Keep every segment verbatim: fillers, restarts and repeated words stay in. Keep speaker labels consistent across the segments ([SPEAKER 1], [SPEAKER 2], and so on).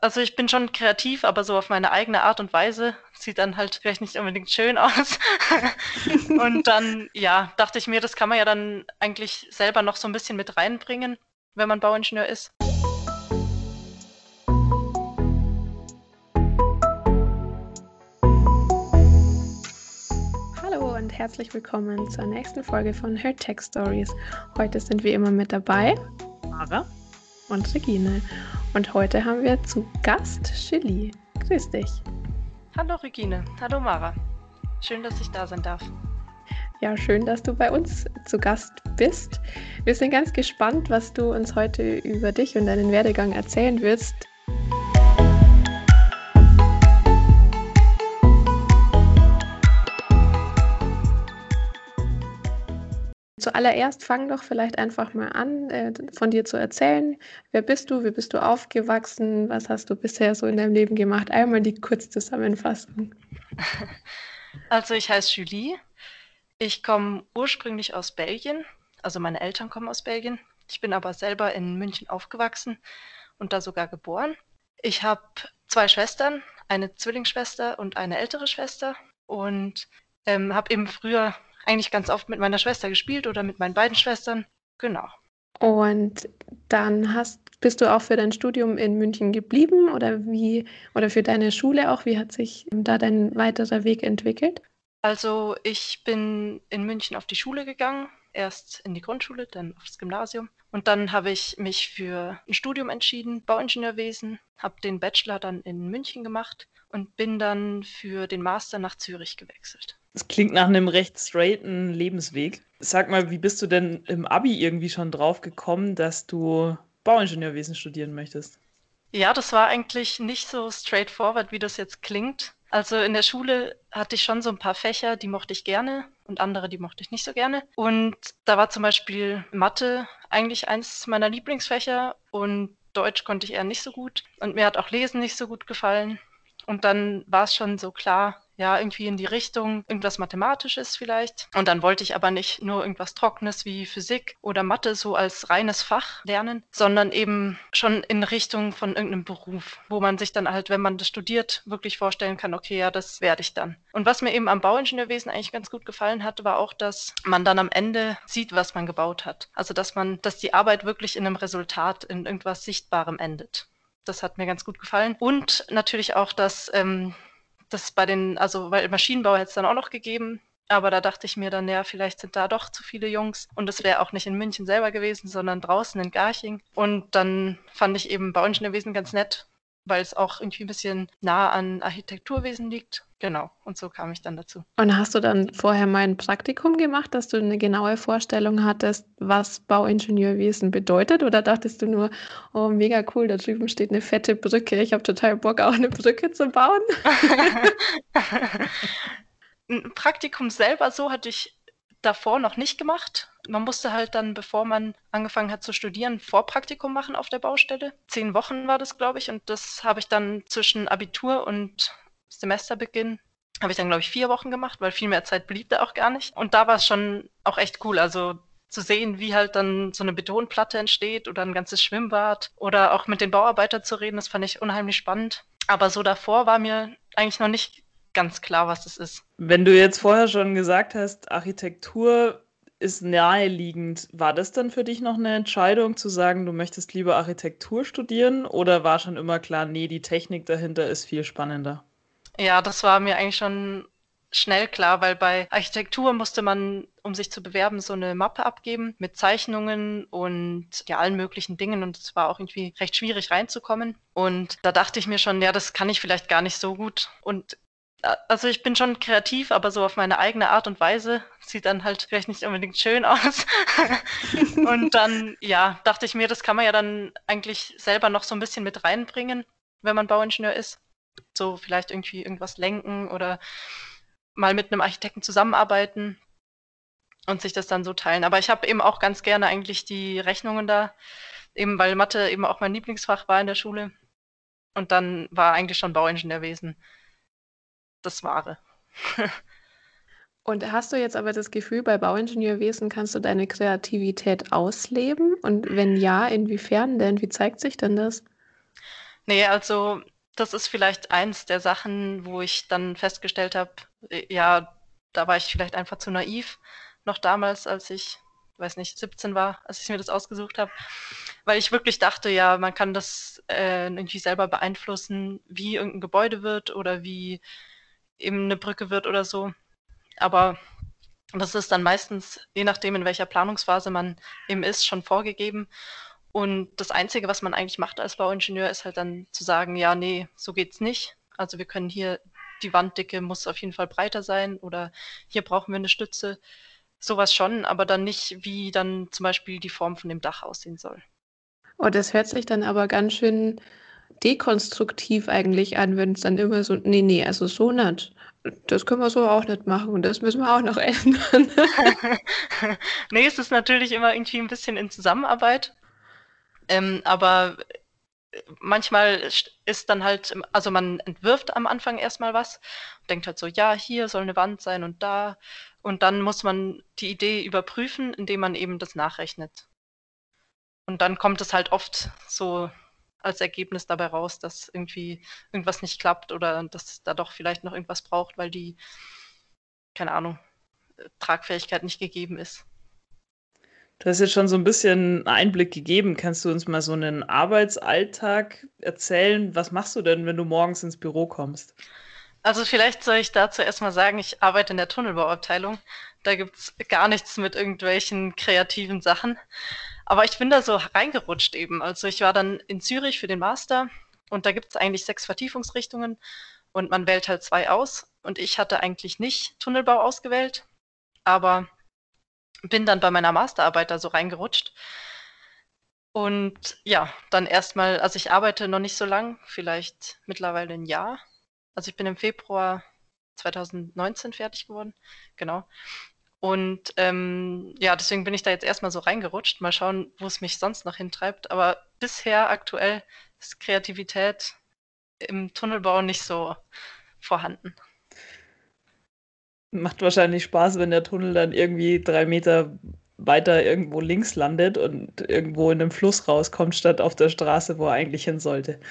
[SPEAKER 1] Also ich bin schon kreativ, aber so auf meine eigene Art und Weise. Sieht dann halt vielleicht nicht unbedingt schön aus. Und dann, ja, dachte ich mir, das kann man ja dann eigentlich selber noch so ein bisschen mit reinbringen, wenn man Bauingenieur ist.
[SPEAKER 2] Hallo und herzlich willkommen zur nächsten Folge von Her Tech Stories. Heute sind wie immer mit dabei
[SPEAKER 3] Mara
[SPEAKER 2] und Regine. Und heute haben wir zu Gast Chili. Grüß dich.
[SPEAKER 1] Hallo Regine, hallo Mara. Schön, dass ich da sein darf.
[SPEAKER 2] Ja, schön, dass du bei uns zu Gast bist. Wir sind ganz gespannt, was du uns heute über dich und deinen Werdegang erzählen wirst. Zuallererst fang doch vielleicht einfach mal an, äh, von dir zu erzählen. Wer bist du? Wie bist du aufgewachsen? Was hast du bisher so in deinem Leben gemacht? Einmal die Kurzzusammenfassung.
[SPEAKER 1] Also ich heiße Julie. Ich komme ursprünglich aus Belgien. Also meine Eltern kommen aus Belgien. Ich bin aber selber in München aufgewachsen und da sogar geboren. Ich habe zwei Schwestern, eine Zwillingsschwester und eine ältere Schwester und ähm, habe eben früher eigentlich ganz oft mit meiner Schwester gespielt oder mit meinen beiden Schwestern. Genau.
[SPEAKER 2] Und dann hast, bist du auch für dein Studium in München geblieben oder wie, oder für deine Schule auch? Wie hat sich da dein weiterer Weg entwickelt?
[SPEAKER 1] Also ich bin in München auf die Schule gegangen, erst in die Grundschule, dann aufs Gymnasium. Und dann habe ich mich für ein Studium entschieden, Bauingenieurwesen, habe den Bachelor dann in München gemacht und bin dann für den Master nach Zürich gewechselt.
[SPEAKER 3] Das klingt nach einem recht straighten Lebensweg. Sag mal, wie bist du denn im Abi irgendwie schon drauf gekommen, dass du Bauingenieurwesen studieren möchtest?
[SPEAKER 1] Ja, das war eigentlich nicht so straightforward, wie das jetzt klingt. Also in der Schule hatte ich schon so ein paar Fächer, die mochte ich gerne und andere, die mochte ich nicht so gerne. Und da war zum Beispiel Mathe eigentlich eins meiner Lieblingsfächer und Deutsch konnte ich eher nicht so gut. Und mir hat auch Lesen nicht so gut gefallen. Und dann war es schon so klar, ja, irgendwie in die Richtung, irgendwas Mathematisches vielleicht. Und dann wollte ich aber nicht nur irgendwas Trockenes wie Physik oder Mathe so als reines Fach lernen, sondern eben schon in Richtung von irgendeinem Beruf, wo man sich dann halt, wenn man das studiert, wirklich vorstellen kann, okay, ja, das werde ich dann. Und was mir eben am Bauingenieurwesen eigentlich ganz gut gefallen hat, war auch, dass man dann am Ende sieht, was man gebaut hat. Also, dass man, dass die Arbeit wirklich in einem Resultat, in irgendwas Sichtbarem endet. Das hat mir ganz gut gefallen. Und natürlich auch, dass ähm, das bei den, also weil Maschinenbau hätte es dann auch noch gegeben, aber da dachte ich mir dann, ja, vielleicht sind da doch zu viele Jungs und es wäre auch nicht in München selber gewesen, sondern draußen in Garching. Und dann fand ich eben Bauingenieurwesen ganz nett, weil es auch irgendwie ein bisschen nah an Architekturwesen liegt. Genau, und so kam ich dann dazu.
[SPEAKER 2] Und hast du dann vorher mal ein Praktikum gemacht, dass du eine genaue Vorstellung hattest, was Bauingenieurwesen bedeutet? Oder dachtest du nur, oh, mega cool, da drüben steht eine fette Brücke, ich habe total Bock, auch eine Brücke zu bauen?
[SPEAKER 1] Ein Praktikum selber so hatte ich davor noch nicht gemacht. Man musste halt dann, bevor man angefangen hat zu studieren, Vorpraktikum machen auf der Baustelle. Zehn Wochen war das, glaube ich, und das habe ich dann zwischen Abitur und Semesterbeginn habe ich dann, glaube ich, vier Wochen gemacht, weil viel mehr Zeit blieb da auch gar nicht. Und da war es schon auch echt cool, also zu sehen, wie halt dann so eine Betonplatte entsteht oder ein ganzes Schwimmbad oder auch mit den Bauarbeitern zu reden, das fand ich unheimlich spannend. Aber so davor war mir eigentlich noch nicht ganz klar, was das ist.
[SPEAKER 3] Wenn du jetzt vorher schon gesagt hast, Architektur ist naheliegend, war das dann für dich noch eine Entscheidung zu sagen, du möchtest lieber Architektur studieren oder war schon immer klar, nee, die Technik dahinter ist viel spannender?
[SPEAKER 1] Ja, das war mir eigentlich schon schnell klar, weil bei Architektur musste man, um sich zu bewerben, so eine Mappe abgeben mit Zeichnungen und ja, allen möglichen Dingen und es war auch irgendwie recht schwierig reinzukommen. Und da dachte ich mir schon, ja, das kann ich vielleicht gar nicht so gut. Und äh, also ich bin schon kreativ, aber so auf meine eigene Art und Weise. Sieht dann halt vielleicht nicht unbedingt schön aus. Und dann, ja, dachte ich mir, das kann man ja dann eigentlich selber noch so ein bisschen mit reinbringen, wenn man Bauingenieur ist. So vielleicht irgendwie irgendwas lenken oder mal mit einem Architekten zusammenarbeiten und sich das dann so teilen. Aber ich habe eben auch ganz gerne eigentlich die Rechnungen da, eben weil Mathe eben auch mein Lieblingsfach war in der Schule. Und dann war eigentlich schon Bauingenieurwesen das Wahre.
[SPEAKER 2] Und hast du jetzt aber das Gefühl, bei Bauingenieurwesen kannst du deine Kreativität ausleben? Und wenn ja, inwiefern denn? Wie zeigt sich denn das?
[SPEAKER 1] Ne, also das ist vielleicht eins der Sachen, wo ich dann festgestellt habe, äh, ja, da war ich vielleicht einfach zu naiv noch damals, als ich, weiß nicht, siebzehn war, als ich mir das ausgesucht habe, weil ich wirklich dachte, ja, man kann das, äh, irgendwie selber beeinflussen, wie irgend 'n Gebäude wird oder wie eben 'ne Brücke wird oder so. Aber das ist dann meistens, je nachdem, in welcher Planungsphase man eben ist, schon vorgegeben. Und das Einzige, was man eigentlich macht als Bauingenieur, ist halt dann zu sagen: „Ja, ne, so geht's nicht. Also, wir können hier die Wanddicke muss auf jeden Fall breiter sein oder hier brauchen wir 'ne Stütze.“ So was schon, aber dann nicht, wie dann zum Beispiel die Form von dem Dach aussehen soll.
[SPEAKER 2] Oh, das hört sich dann aber ganz schön dekonstruktiv eigentlich an, wenn's dann immer so: „Ne, ne, also so nicht. Das können wir so auch nicht machen und das müssen wir auch noch ändern.“
[SPEAKER 1] Ne, es ist natürlich immer irgendwie 'n bisschen in Zusammenarbeit. Ähm, aber, äh, manchmal st ist dann halt ähm, also man entwirft am Anfang erst mal was, denkt halt so: „Ja, hier soll 'ne Wand sein und da.“ Und dann muss man die Idee überprüfen, indem man eben das nachrechnet. Und dann kommt es halt oft so als Ergebnis dabei raus, dass irgendwie irgendwas nicht klappt oder dass da doch vielleicht noch irgendwas braucht, weil die keine Ahnung, äh, Tragfähigkeit nicht gegeben ist.
[SPEAKER 3] Du hast jetzt schon so 'n bisschen Einblick gegeben. Kannst du uns mal so 'nen Arbeitsalltag erzählen? Was machst du denn, wenn du morgens ins Büro kommst?
[SPEAKER 1] Also, vielleicht soll ich dazu erst mal sagen, ich arbeite in der Tunnelbauabteilung. Da gibt's gar nichts mit irgendwelchen kreativen Sachen. Aber ich bin da so reingerutscht eben. Also, ich war dann in Zürich für den Master und da gibt's eigentlich sechs Vertiefungsrichtungen und man wählt halt zwei aus. Und ich hatte eigentlich nicht Tunnelbau ausgewählt, aber bin dann bei meiner Masterarbeit da so reingerutscht. Und ja, dann erst mal also, ich arbeite noch nicht so lang, vielleicht mittlerweile 'n Jahr. Also, ich bin im Februar zweitausendneunzehn fertig geworden, genau. Und, ähm, ja, deswegen bin ich da jetzt erst mal so reingerutscht. Mal schauen, wo's mich sonst noch hintreibt. Aber bisher aktuell ist Kreativität im Tunnelbau nicht so vorhanden.
[SPEAKER 3] Macht wahrscheinlich Spaß, wenn der Tunnel dann irgendwie drei Meter weiter irgendwo links landet und irgendwo in 'nem Fluss rauskommt, statt auf der Straße, wo er eigentlich hin sollte.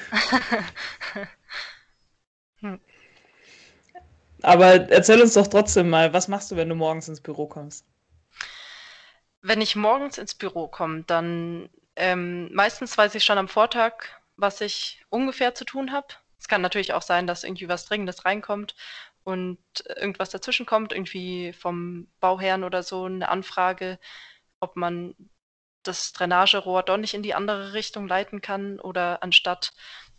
[SPEAKER 1] Hm.
[SPEAKER 3] Aber erzähl uns doch trotzdem mal, was machst du, wenn du morgens ins Büro kommst?
[SPEAKER 1] Wenn ich morgens ins Büro komme, dann, ähm meistens weiß ich schon am Vortag, was ich ungefähr zu tun habe. Es kann natürlich auch sein, dass irgendwie was Dringendes reinkommt und irgendwas dazwischenkommt, irgendwie vom Bauherrn oder so 'ne Anfrage, ob man das Drainagerohr doch nicht in die andere Richtung leiten kann oder anstatt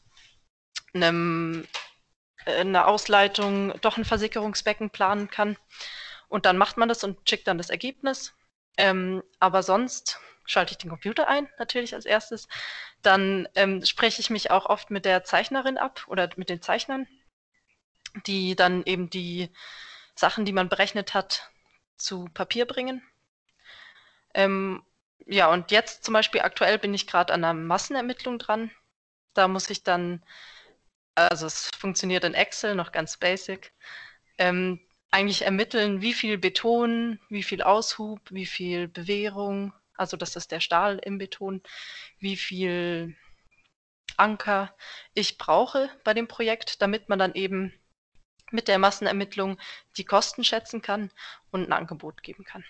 [SPEAKER 1] 'nem äh, 'ner Ausleitung doch 'n Versickerungsbecken planen kann. Und dann macht man das und schickt dann das Ergebnis. Ähm, aber sonst schalte ich den Computer ein, natürlich als Erstes. Dann, ähm, spreche ich mich auch oft mit der Zeichnerin ab oder mit den Zeichnern, die dann eben die Sachen, die man berechnet hat, zu Papier bringen. Ähm, ja, und jetzt zum Beispiel aktuell bin ich grad an 'ner Massenermittlung dran. Da muss ich dann also, es funktioniert in Excel, noch ganz basic, ähm, eigentlich ermitteln, wie viel Beton, wie viel Aushub, wie viel Bewehrung, also, das ist der Stahl im Beton, wie viel Anker ich brauche bei dem Projekt, damit man dann eben mit der Massenermittlung die Kosten schätzen kann und 'n Angebot geben kann.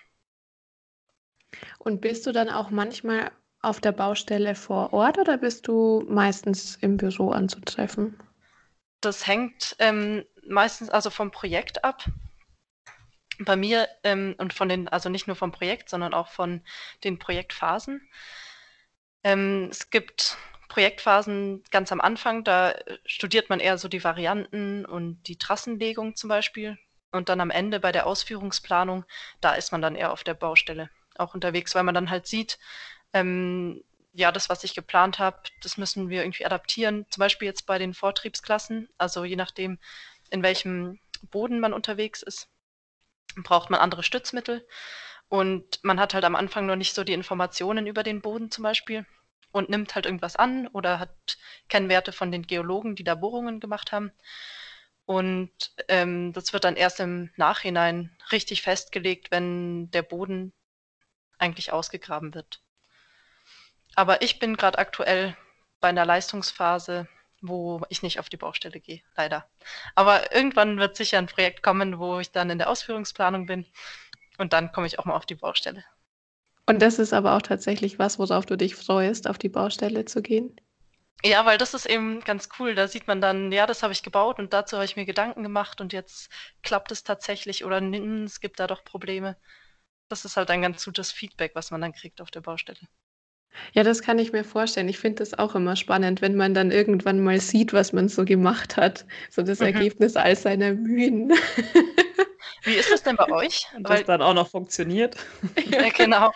[SPEAKER 2] Und bist du dann auch manchmal auf der Baustelle vor Ort oder bist du meistens im Büro anzutreffen?
[SPEAKER 1] Das hängt, ähm, meistens also vom Projekt ab. Bei mir, ähm und von den also nicht nur vom Projekt, sondern auch von den Projektphasen. Ähm, es gibt Projektphasen ganz am Anfang, da, äh, studiert man eher so die Varianten und die Trassenlegung zum Beispiel. Und dann am Ende bei der Ausführungsplanung, da ist man dann eher auf der Baustelle auch unterwegs, weil man dann halt sieht, ähm, ja, das, was ich geplant habe, das müssen wir irgendwie adaptieren. Zum Beispiel jetzt bei den Vortriebsklassen, also je nachdem, in welchem Boden man unterwegs ist, braucht man andere Stützmittel. Und man hat halt am Anfang noch nicht so die Informationen über den Boden zum Beispiel und nimmt halt irgendwas an oder hat Kennwerte von den Geologen, die da Bohrungen gemacht haben. Und, ähm, das wird dann erst im Nachhinein richtig festgelegt, wenn der Boden eigentlich ausgegraben wird. Aber ich bin grad aktuell bei 'ner Leistungsphase, wo ich nicht auf die Baustelle gehe, leider. Aber irgendwann wird sicher ein Projekt kommen, wo ich dann in der Ausführungsplanung bin und dann komme ich auch mal auf die Baustelle.
[SPEAKER 2] Und das ist aber auch tatsächlich was, worauf du dich freust, auf die Baustelle zu gehen?
[SPEAKER 1] Ja, weil das ist eben ganz cool. Da sieht man dann, ja, das habe ich gebaut und dazu habe ich mir Gedanken gemacht und jetzt klappt es tatsächlich oder n- es gibt da doch Probleme. Das ist halt ein ganz gutes Feedback, was man dann kriegt auf der Baustelle.
[SPEAKER 2] Ja, das kann ich mir vorstellen. Ich finde das auch immer spannend, wenn man dann irgendwann mal sieht, was man so gemacht hat. So das
[SPEAKER 1] Mhm.
[SPEAKER 2] Ergebnis all seiner Mühen.
[SPEAKER 1] Wie ist das denn bei euch?
[SPEAKER 3] Und das
[SPEAKER 1] Weil,
[SPEAKER 3] dann auch noch funktioniert.
[SPEAKER 1] äh, genau.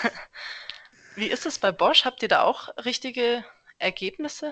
[SPEAKER 1] Wie ist es bei Bosch? Habt ihr da auch richtige Ergebnisse?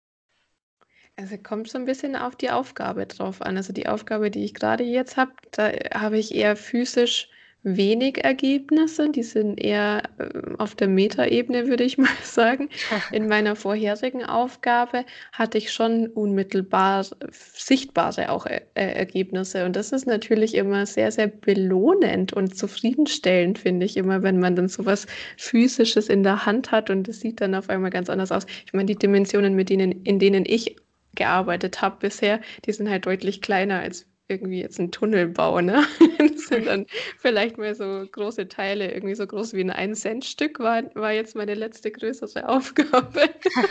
[SPEAKER 2] Also kommt so ein bisschen auf die Aufgabe drauf an. Also die Aufgabe, die ich gerade jetzt habe, da habe ich eher physisch wenig Ergebnisse. Die sind eher ähm, auf der Metaebene, würde ich mal sagen. In meiner vorherigen Aufgabe hatte ich schon unmittelbar sichtbare auch äh, Ergebnisse. Und das ist natürlich immer sehr, sehr belohnend und zufriedenstellend, finde ich immer, wenn man dann so was Physisches in der Hand hat und es sieht dann auf einmal ganz anders aus. Ich meine, die Dimensionen, mit denen, in denen ich gearbeitet habe bisher, die sind halt deutlich kleiner als irgendwie jetzt ein Tunnelbau, ne? Das sind dann vielleicht mal so große Teile, irgendwie so groß wie ein ein-Cent-Stück war, war jetzt meine letzte größere Aufgabe.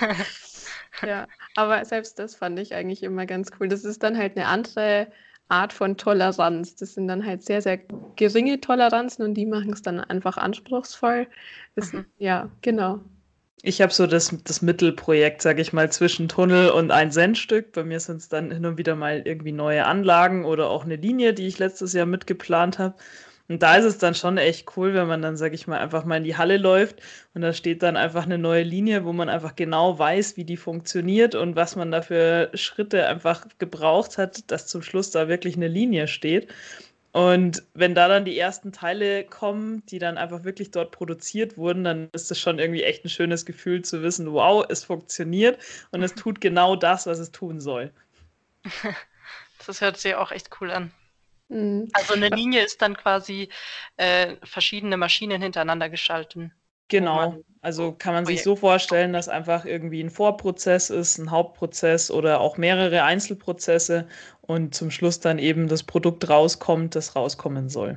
[SPEAKER 2] Ja, aber selbst das fand ich eigentlich immer ganz cool. Das ist dann halt eine andere Art von Toleranz. Das sind dann halt sehr, sehr geringe Toleranzen und die machen es dann einfach anspruchsvoll. Das,
[SPEAKER 1] Mhm.
[SPEAKER 2] ja, genau.
[SPEAKER 3] Ich habe so das, das Mittelprojekt, sage ich mal, zwischen Tunnel und ein Centstück. Bei mir sind es dann hin und wieder mal irgendwie neue Anlagen oder auch eine Linie, die ich letztes Jahr mitgeplant habe. Und da ist es dann schon echt cool, wenn man dann, sage ich mal, einfach mal in die Halle läuft und da steht dann einfach eine neue Linie, wo man einfach genau weiß, wie die funktioniert und was man da für Schritte einfach gebraucht hat, dass zum Schluss da wirklich eine Linie steht. Und wenn da dann die ersten Teile kommen, die dann einfach wirklich dort produziert wurden, dann ist das schon irgendwie echt ein schönes Gefühl zu wissen, wow, es funktioniert und es tut genau das, was es tun soll.
[SPEAKER 1] Das hört sich auch echt cool an.
[SPEAKER 2] Mhm.
[SPEAKER 1] Also eine Linie ist dann quasi äh, verschiedene Maschinen hintereinander geschalten, wo
[SPEAKER 3] Genau.
[SPEAKER 1] man
[SPEAKER 3] Also
[SPEAKER 1] so
[SPEAKER 3] kann man sich
[SPEAKER 1] Projekt.
[SPEAKER 3] so vorstellen, dass einfach irgendwie ein Vorprozess ist, ein Hauptprozess oder auch mehrere Einzelprozesse und zum Schluss dann eben das Produkt rauskommt, das rauskommen soll.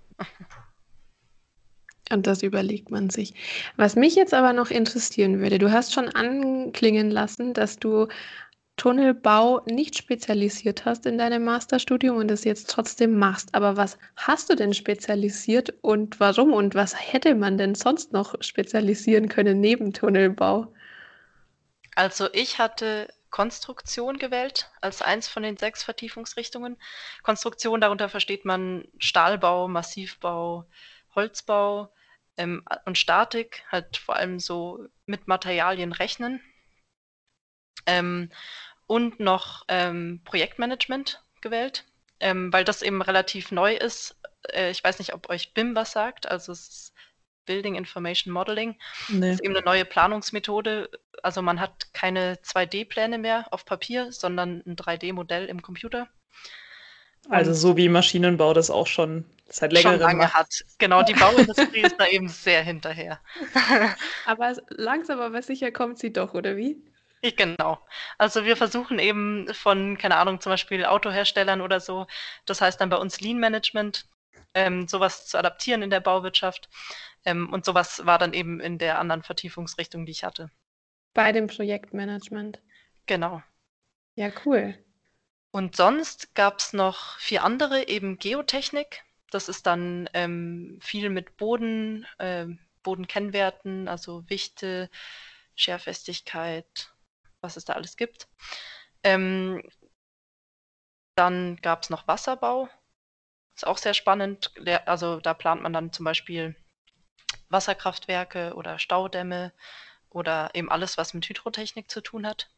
[SPEAKER 2] Und das überlegt man sich. Was mich jetzt aber noch interessieren würde, du hast schon anklingen lassen, dass du Tunnelbau nicht spezialisiert hast in deinem Masterstudium und es jetzt trotzdem machst. Aber was hast du denn spezialisiert und warum und was hätte man denn sonst noch spezialisieren können neben Tunnelbau?
[SPEAKER 1] Also ich hatte Konstruktion gewählt als eins von den sechs Vertiefungsrichtungen. Konstruktion, darunter versteht man Stahlbau, Massivbau, Holzbau ähm, und Statik, halt vor allem so mit Materialien rechnen. Ähm, und noch ähm, Projektmanagement gewählt, ähm, weil das eben relativ neu ist. Äh, ich weiß nicht, ob euch B I M was sagt, also es ist Building Information Modeling. Das
[SPEAKER 3] Nee.
[SPEAKER 1] ist eben eine neue Planungsmethode. Also man hat keine zwei D-Pläne mehr auf Papier, sondern ein drei D-Modell im Computer.
[SPEAKER 3] Also
[SPEAKER 1] Und
[SPEAKER 3] so wie Maschinenbau das auch schon seit
[SPEAKER 1] schon
[SPEAKER 3] längerem
[SPEAKER 1] lange
[SPEAKER 3] macht.
[SPEAKER 1] hat. Genau, die Bauindustrie ist da eben sehr hinterher.
[SPEAKER 2] Aber langsam aber sicher kommt sie doch, oder wie?
[SPEAKER 1] Genau. Also wir versuchen eben von, keine Ahnung, zum Beispiel Autoherstellern oder so, das heißt dann bei uns Lean Management, ähm, sowas zu adaptieren in der Bauwirtschaft. Ähm, und sowas war dann eben in der anderen Vertiefungsrichtung, die ich hatte.
[SPEAKER 2] Bei dem Projektmanagement.
[SPEAKER 1] Genau.
[SPEAKER 2] Ja, cool.
[SPEAKER 1] Und sonst gab es noch vier andere, eben Geotechnik. Das ist dann ähm, viel mit Boden, ähm, Bodenkennwerten, also Wichte, Scherfestigkeit, was es da alles gibt. Ähm, dann gab es noch Wasserbau. Ist auch sehr spannend. Le- Also da plant man dann zum Beispiel Wasserkraftwerke oder Staudämme oder eben alles, was mit Hydrotechnik zu tun hat.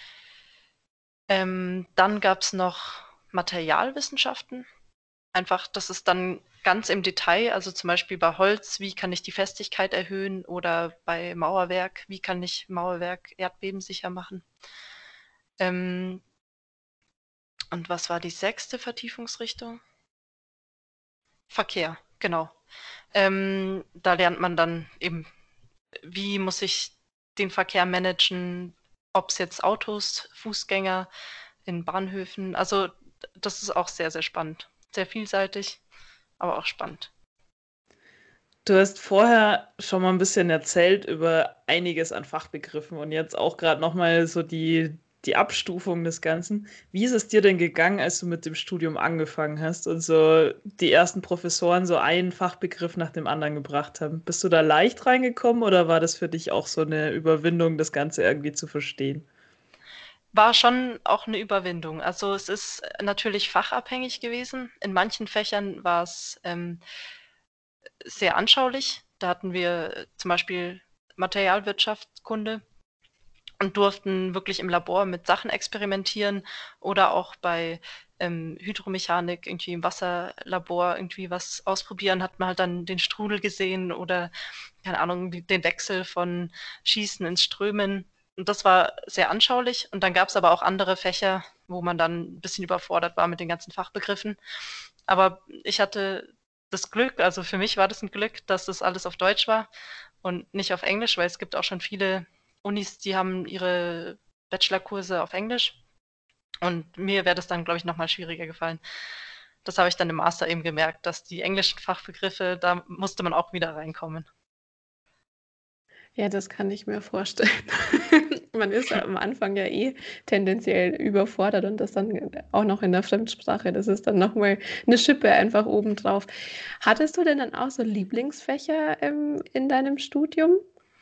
[SPEAKER 1] Ähm, dann gab es noch Materialwissenschaften. Einfach, das ist dann ganz im Detail, also zum Beispiel bei Holz, wie kann ich die Festigkeit erhöhen oder bei Mauerwerk, wie kann ich Mauerwerk erdbebensicher machen. Ähm, und was war die sechste Vertiefungsrichtung? Verkehr, genau. Ähm, da lernt man dann eben, wie muss ich den Verkehr managen, ob es jetzt Autos, Fußgänger in Bahnhöfen, also das ist auch sehr, sehr spannend. Sehr vielseitig, aber auch spannend.
[SPEAKER 3] Du hast vorher schon mal ein bisschen erzählt über einiges an Fachbegriffen und jetzt auch gerade nochmal so die, die Abstufung des Ganzen. Wie ist es dir denn gegangen, als du mit dem Studium angefangen hast und so die ersten Professoren so einen Fachbegriff nach dem anderen gebracht haben? Bist du da leicht reingekommen oder war das für dich auch so eine Überwindung, das Ganze irgendwie zu verstehen?
[SPEAKER 1] War schon auch eine Überwindung. Also, es ist natürlich fachabhängig gewesen. In manchen Fächern war es, ähm, sehr anschaulich. Da hatten wir äh, zum Beispiel Materialwirtschaftskunde und durften wirklich im Labor mit Sachen experimentieren oder auch bei, ähm, Hydromechanik irgendwie im Wasserlabor irgendwie was ausprobieren, hat man halt dann den Strudel gesehen oder, keine Ahnung, die den Wechsel von Schießen ins Strömen. Und das war sehr anschaulich. Und dann gab's aber auch andere Fächer, wo man dann 'n bisschen überfordert war mit den ganzen Fachbegriffen. Aber ich hatte das Glück, also für mich war das 'n Glück, dass das alles auf Deutsch war und nicht auf Englisch, weil es gibt auch schon viele Unis, die haben ihre Bachelorkurse auf Englisch und mir wäre das dann, glaube ich, noch mal schwieriger gefallen. Das habe ich dann im Master eben gemerkt, dass die englischen Fachbegriffe, da musste man auch wieder reinkommen.
[SPEAKER 2] Ja, das kann ich mir vorstellen. Man ist ja am Anfang ja eh tendenziell überfordert und das dann auch noch in der Fremdsprache. Das ist dann noch mal 'ne Schippe einfach obendrauf. Hattest du denn dann auch so Lieblingsfächer, ähm, in deinem Studium?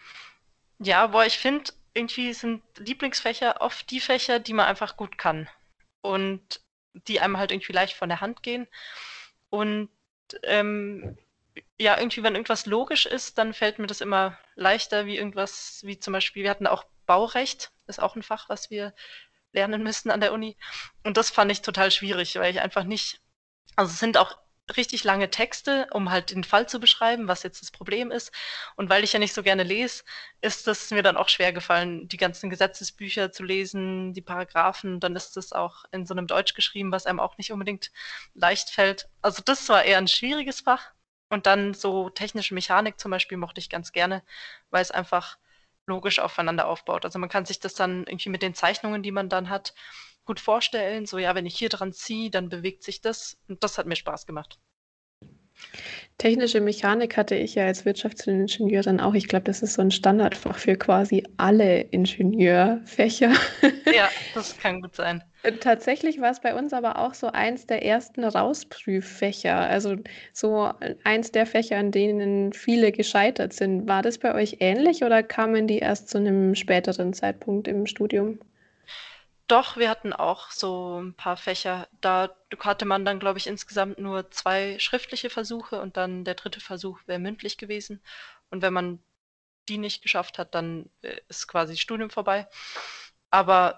[SPEAKER 1] Ja, boah, ich finde, irgendwie sind Lieblingsfächer oft die Fächer, die man einfach gut kann und die einem halt irgendwie leicht von der Hand gehen. Und, ähm, ja, irgendwie, wenn irgendwas logisch ist, dann fällt mir das immer leichter wie irgendwas wie zum Beispiel wir hatten auch Baurecht, ist auch 'n Fach, was wir lernen müssen an der Uni. Und das fand ich total schwierig, weil ich einfach nicht also, es sind auch richtig lange Texte, um halt den Fall zu beschreiben, was jetzt das Problem ist. Und weil ich ja nicht so gerne lese, ist es mir dann auch schwergefallen, die ganzen Gesetzesbücher zu lesen, die Paragraphen. Dann ist das auch in so 'nem Deutsch geschrieben, was einem auch nicht unbedingt leicht fällt. Also, das war eher 'n schwieriges Fach. Und dann so technische Mechanik zum Beispiel mochte ich ganz gerne, weil es einfach logisch aufeinander aufbaut. Also, man kann sich das dann irgendwie mit den Zeichnungen, die man dann hat, gut vorstellen. So, ja, wenn ich hier dran ziehe, dann bewegt sich das. Und das hat mir Spaß gemacht.
[SPEAKER 2] Technische Mechanik hatte ich ja als Wirtschaftsingenieurin auch. Ich glaube, das ist so 'n Standardfach für quasi alle Ingenieurfächer.
[SPEAKER 1] Ja, das kann gut sein.
[SPEAKER 2] Äh, tatsächlich war's bei uns aber auch so eins der ersten Rausprüffächer, also so äh, eins der Fächer, an denen viele gescheitert sind. War das bei euch ähnlich oder kamen die erst zu 'nem späteren Zeitpunkt im Studium?
[SPEAKER 1] Doch, wir hatten auch so 'n paar Fächer. Da d hatte man dann, glaube ich, insgesamt nur zwei schriftliche Versuche und dann der dritte Versuch wäre mündlich gewesen. Und wenn man die nicht geschafft hat, dann, äh, ist quasi Studium vorbei. Aber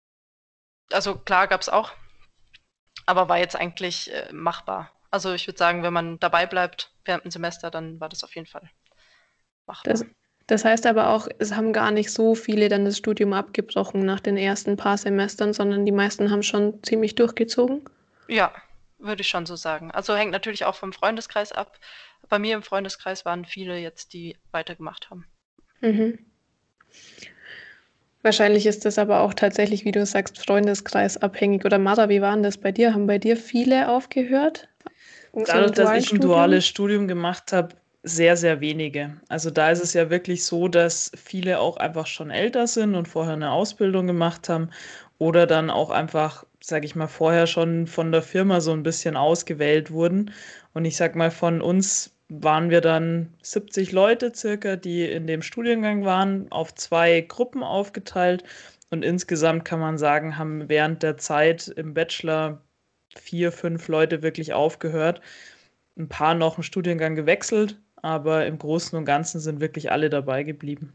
[SPEAKER 1] also klar, gab's auch, aber war jetzt eigentlich, äh, machbar. Also, ich würde sagen, wenn man dabei bleibt während 'm Semester, dann war das auf jeden Fall machbar.
[SPEAKER 2] Das das heißt aber auch, es haben gar nicht so viele dann das Studium abgebrochen nach den ersten paar Semestern, sondern die meisten haben schon ziemlich durchgezogen?
[SPEAKER 1] Ja, würde ich schon so sagen. Also, hängt natürlich auch vom Freundeskreis ab. Bei mir im Freundeskreis waren viele jetzt, die weitergemacht haben.
[SPEAKER 2] Mhm. Wahrscheinlich ist das aber auch tatsächlich, wie du sagst, freundeskreisabhängig. Oder Mara, wie war 'n das bei dir? Haben bei dir viele aufgehört in so
[SPEAKER 3] Dadurch,
[SPEAKER 2] 'nem
[SPEAKER 3] dass
[SPEAKER 2] dualen
[SPEAKER 3] ich 'n
[SPEAKER 2] Studium?
[SPEAKER 3] duales Studium gemacht habe, sehr, sehr wenige. Also, da ist es ja wirklich so, dass viele auch einfach schon älter sind und vorher 'ne Ausbildung gemacht haben oder dann auch einfach, sage ich mal, vorher schon von der Firma so 'n bisschen ausgewählt wurden. Und ich sage mal, von uns waren wir dann siebzig Leute circa, die in dem Studiengang waren, auf zwei Gruppen aufgeteilt. Und insgesamt kann man sagen, haben während der Zeit im Bachelor vier, fünf Leute wirklich aufgehört. 'N paar noch 'n Studiengang gewechselt, aber im Großen und Ganzen sind wirklich alle dabei geblieben.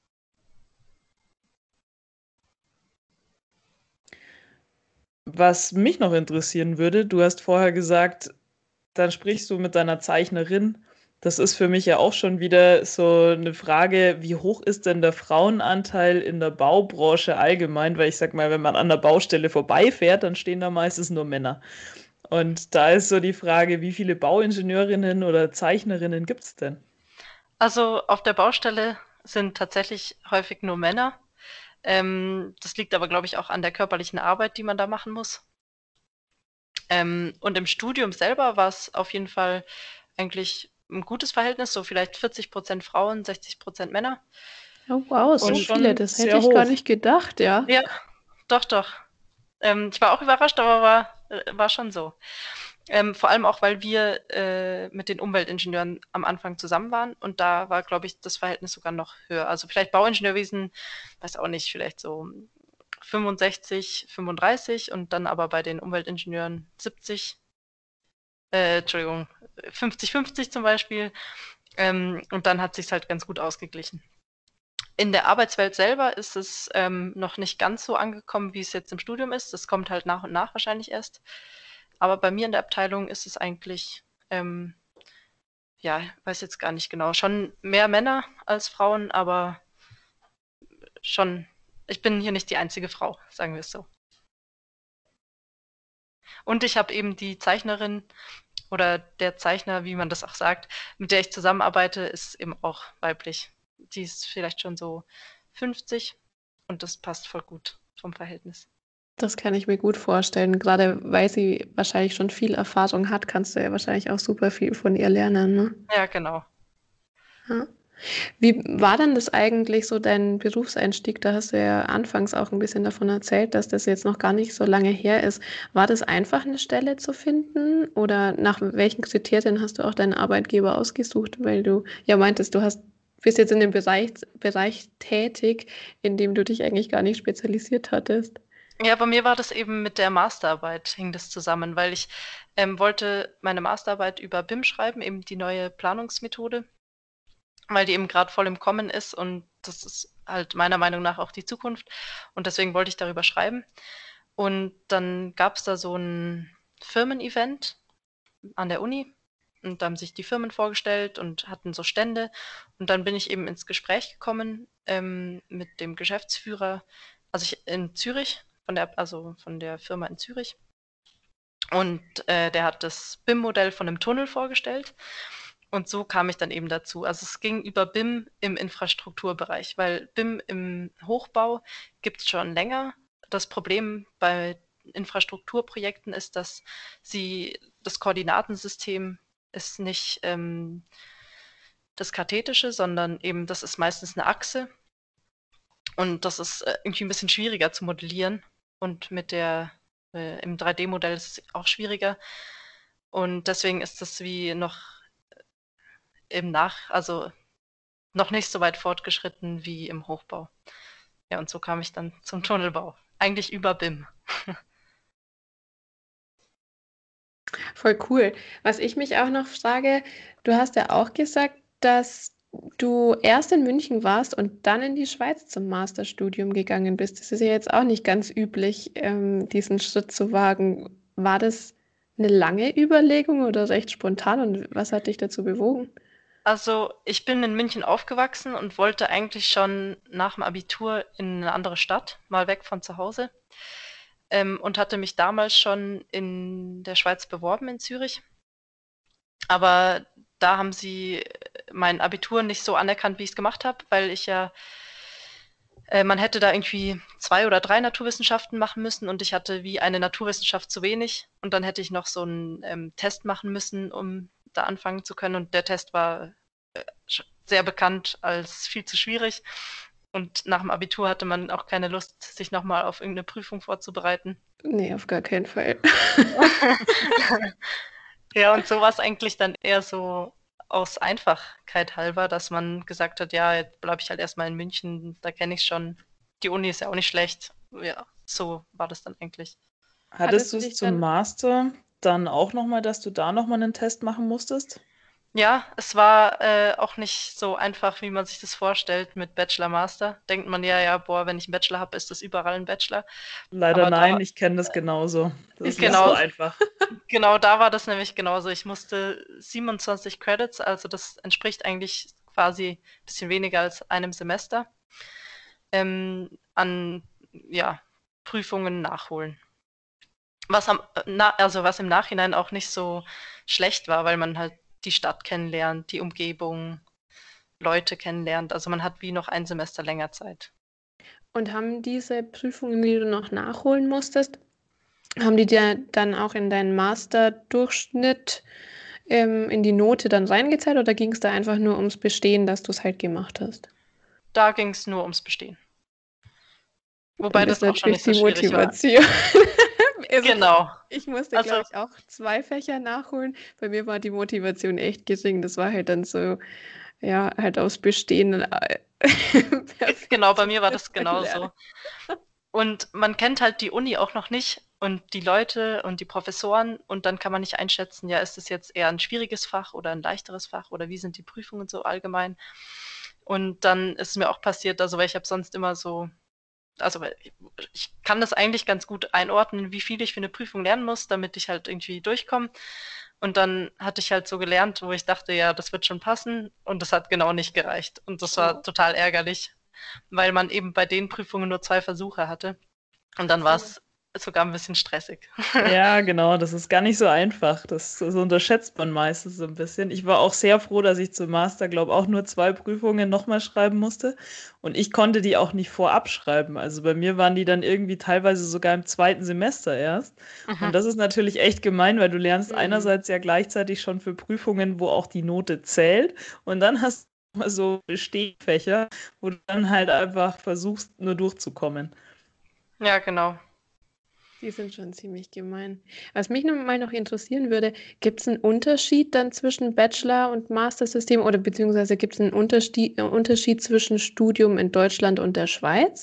[SPEAKER 3] Was mich noch interessieren würde, du hast vorher gesagt, dann sprichst du mit deiner Zeichnerin. Das ist für mich ja auch schon wieder so 'ne Frage, wie hoch ist denn der Frauenanteil in der Baubranche allgemein? Weil ich sage mal, wenn man an der Baustelle vorbeifährt, dann stehen da meistens nur Männer. Und da ist so die Frage, wie viele Bauingenieurinnen oder Zeichnerinnen gibt's denn?
[SPEAKER 1] Also, auf der Baustelle sind tatsächlich häufig nur Männer. Ähm, das liegt aber, glaube ich, auch an der körperlichen Arbeit, die man da machen muss. Ähm, und im Studium selber war es auf jeden Fall eigentlich ein gutes Verhältnis, so vielleicht vierzig Prozent Frauen, sechzig Prozent Männer.
[SPEAKER 2] Oh, wow,
[SPEAKER 3] Das
[SPEAKER 2] so
[SPEAKER 3] ist
[SPEAKER 1] Und
[SPEAKER 2] viele,
[SPEAKER 3] schon
[SPEAKER 2] das hätte
[SPEAKER 3] sehr
[SPEAKER 2] ich gar
[SPEAKER 3] hoch.
[SPEAKER 2] nicht gedacht, ja.
[SPEAKER 1] ja, doch, doch. Ähm, ich war auch überrascht, aber war, äh, war schon so. Ähm, vor allem auch, weil wir äh, mit den Umweltingenieuren am Anfang zusammen waren und da war, glaube ich, das Verhältnis sogar noch höher. Also vielleicht Bauingenieurwesen, weiß auch nicht, vielleicht so fünfundsechzig, fünfunddreißig und dann aber bei den Umweltingenieuren siebzig, äh, Entschuldigung, fünfzig fünfzig zum Beispiel. Ähm, und dann hat sich's halt ganz gut ausgeglichen. In der Arbeitswelt selber ist es ähm, noch nicht ganz so angekommen, wie es jetzt im Studium ist. Das kommt halt nach und nach wahrscheinlich erst. Aber bei mir in der Abteilung ist es eigentlich, ähm, ja, weiß jetzt gar nicht genau, schon mehr Männer als Frauen, aber schon, ich bin hier nicht die einzige Frau, sagen wir es so. Und ich habe eben die Zeichnerin oder der Zeichner, wie man das auch sagt, mit der ich zusammenarbeite, ist eben auch weiblich. Die ist vielleicht schon so fünfzig und das passt voll gut vom Verhältnis.
[SPEAKER 2] Das kann ich mir gut vorstellen. Gerade weil sie wahrscheinlich schon viel Erfahrung hat, kannst du ja wahrscheinlich auch super viel von ihr lernen, ne?
[SPEAKER 1] Ja, genau.
[SPEAKER 2] Ja. Wie war denn das eigentlich so dein Berufseinstieg? Da hast du ja anfangs auch ein bisschen davon erzählt, dass das jetzt noch gar nicht so lange her ist. War das einfach, eine Stelle zu finden oder nach welchen Kriterien hast du auch deinen Arbeitgeber ausgesucht? Weil du ja meintest, du hast bist jetzt in dem Bereich Bereich tätig, in dem du dich eigentlich gar nicht spezialisiert hattest.
[SPEAKER 1] Ja, bei mir war das eben mit der Masterarbeit hing das zusammen, weil ich ähm, wollte meine Masterarbeit über B I M schreiben, eben die neue Planungsmethode, weil die eben gerade voll im Kommen ist und das ist halt meiner Meinung nach auch die Zukunft und deswegen wollte ich darüber schreiben. Und dann gab es da so ein Firmen-Event an der Uni und da haben sich die Firmen vorgestellt und hatten so Stände und dann bin ich eben ins Gespräch gekommen ähm, mit dem Geschäftsführer, also ich in Zürich, von der, also von der Firma in Zürich. Und äh, der hat das B I M-Modell von einem Tunnel vorgestellt. Und so kam ich dann eben dazu. Also es ging über B I M im Infrastrukturbereich, weil B I M im Hochbau gibt es schon länger. Das Problem bei Infrastrukturprojekten ist, dass sie das Koordinatensystem ist nicht ähm, das Kartetische, sondern eben das ist meistens eine Achse. Und das ist äh, irgendwie ein bisschen schwieriger zu modellieren. Und mit der äh, im drei D-Modell ist es auch schwieriger. Und deswegen ist das wie noch im Nach, also noch nicht so weit fortgeschritten wie im Hochbau. Ja, und so kam ich dann zum Tunnelbau. Eigentlich über B I M.
[SPEAKER 2] Voll cool. Was ich mich auch noch frage, du hast ja auch gesagt, dass du erst in München warst und dann in die Schweiz zum Masterstudium gegangen bist. Das ist ja jetzt auch nicht ganz üblich, ähm, diesen Schritt zu wagen. War das eine lange Überlegung oder recht spontan und was hat dich dazu bewogen?
[SPEAKER 1] Also ich bin in München aufgewachsen und wollte eigentlich schon nach dem Abitur in eine andere Stadt, mal weg von zu Hause. Ähm, und hatte mich damals schon in der Schweiz beworben, in Zürich. Aber da haben sie mein Abitur nicht so anerkannt, wie ich es gemacht habe, weil ich ja, äh, man hätte da irgendwie zwei oder drei Naturwissenschaften machen müssen und ich hatte wie eine Naturwissenschaft zu wenig und dann hätte ich noch so einen ähm, Test machen müssen, um da anfangen zu können und der Test war äh, sehr bekannt als viel zu schwierig und nach dem Abitur hatte man auch keine Lust, sich nochmal auf irgendeine Prüfung vorzubereiten.
[SPEAKER 2] Nee, auf gar keinen Fall.
[SPEAKER 1] Ja, und so war es eigentlich dann eher so aus Einfachkeit halber, dass man gesagt hat, ja, jetzt bleibe ich halt erstmal in München, da kenne ich schon. Die Uni ist ja auch nicht schlecht. Ja, so war das dann eigentlich.
[SPEAKER 3] Hattest
[SPEAKER 2] Hattest
[SPEAKER 3] du
[SPEAKER 2] du
[SPEAKER 3] es
[SPEAKER 2] dich
[SPEAKER 3] zum
[SPEAKER 2] dann
[SPEAKER 3] Master dann auch nochmal, dass du da nochmal einen Test machen musstest?
[SPEAKER 1] Ja, es war äh, auch nicht so einfach, wie man sich das vorstellt mit Bachelor, Master. Denkt man ja, ja, boah, wenn ich einen Bachelor habe, ist das überall ein Bachelor.
[SPEAKER 3] Leider
[SPEAKER 1] Aber da
[SPEAKER 3] nein,
[SPEAKER 1] war,
[SPEAKER 3] ich kenne das genauso. Das ist nicht so
[SPEAKER 1] genau,
[SPEAKER 3] einfach.
[SPEAKER 1] genau da war das nämlich genauso. Ich musste siebenundzwanzig Credits, also das entspricht eigentlich quasi ein bisschen weniger als einem Semester, ähm, an ja, Prüfungen nachholen. Was am, na, also was im Nachhinein auch nicht so schlecht war, weil man halt die Stadt kennenlernt, die Umgebung, Leute kennenlernt. Also man hat wie noch ein Semester länger Zeit.
[SPEAKER 2] Und haben diese Prüfungen, die du noch nachholen musstest, haben die dir dann auch in deinen Masterdurchschnitt ähm, in die Note dann reingezahlt oder ging es da einfach nur ums Bestehen, dass du es halt gemacht hast?
[SPEAKER 1] Da ging es nur ums Bestehen. Wobei
[SPEAKER 2] Dann ist
[SPEAKER 1] das auch schon
[SPEAKER 2] natürlich
[SPEAKER 1] nicht so
[SPEAKER 2] die
[SPEAKER 1] schwierig war.
[SPEAKER 2] Motivation. Also,
[SPEAKER 1] Genau.
[SPEAKER 2] ich musste,
[SPEAKER 1] Also,
[SPEAKER 2] glaube ich, auch zwei Fächer nachholen. Bei mir war die Motivation echt gering. Das war halt dann so, ja, halt aufs Bestehen äh,
[SPEAKER 1] genau, bei mir war
[SPEAKER 2] perfektioniert
[SPEAKER 1] das
[SPEAKER 2] mein Lernen.
[SPEAKER 1] genauso. Und man kennt halt die Uni auch noch nicht und die Leute und die Professoren und dann kann man nicht einschätzen, ja, ist es jetzt eher ein schwieriges Fach oder ein leichteres Fach oder wie sind die Prüfungen so allgemein? Und dann ist es mir auch passiert, also weil ich habe sonst immer so, also weil ich ich kann das eigentlich ganz gut einordnen, wie viel ich für eine Prüfung lernen muss, damit ich halt irgendwie durchkomme. Und dann hatte ich halt so gelernt, wo ich dachte, ja, das wird schon passen und das hat genau nicht gereicht. Und das war
[SPEAKER 2] Oh,
[SPEAKER 1] total ärgerlich, weil man eben bei den Prüfungen nur zwei Versuche hatte. Und dann war
[SPEAKER 2] so.
[SPEAKER 1] es sogar ein bisschen stressig.
[SPEAKER 3] Ja, genau, das ist gar nicht so einfach. Das, das unterschätzt man meistens so ein bisschen. Ich war auch sehr froh, dass ich zum Master, glaube auch nur zwei Prüfungen nochmal schreiben musste. Und ich konnte die auch nicht vorab schreiben. Also bei mir waren die dann irgendwie teilweise sogar im zweiten Semester erst. Und
[SPEAKER 1] Mhm.
[SPEAKER 3] das ist natürlich echt gemein, weil du lernst
[SPEAKER 2] Hm.
[SPEAKER 3] einerseits ja gleichzeitig schon für Prüfungen, wo auch die Note zählt. Und dann hast du mal so Bestehfächer, wo du dann halt einfach versuchst, nur durchzukommen.
[SPEAKER 1] Ja, genau.
[SPEAKER 2] Die sind schon ziemlich gemein. Was mich noch mal noch interessieren würde, gibt es einen Unterschied dann zwischen Bachelor- und Mastersystem oder beziehungsweise gibt es einen Unterschied, äh, Unterschied zwischen Studium in Deutschland und der Schweiz?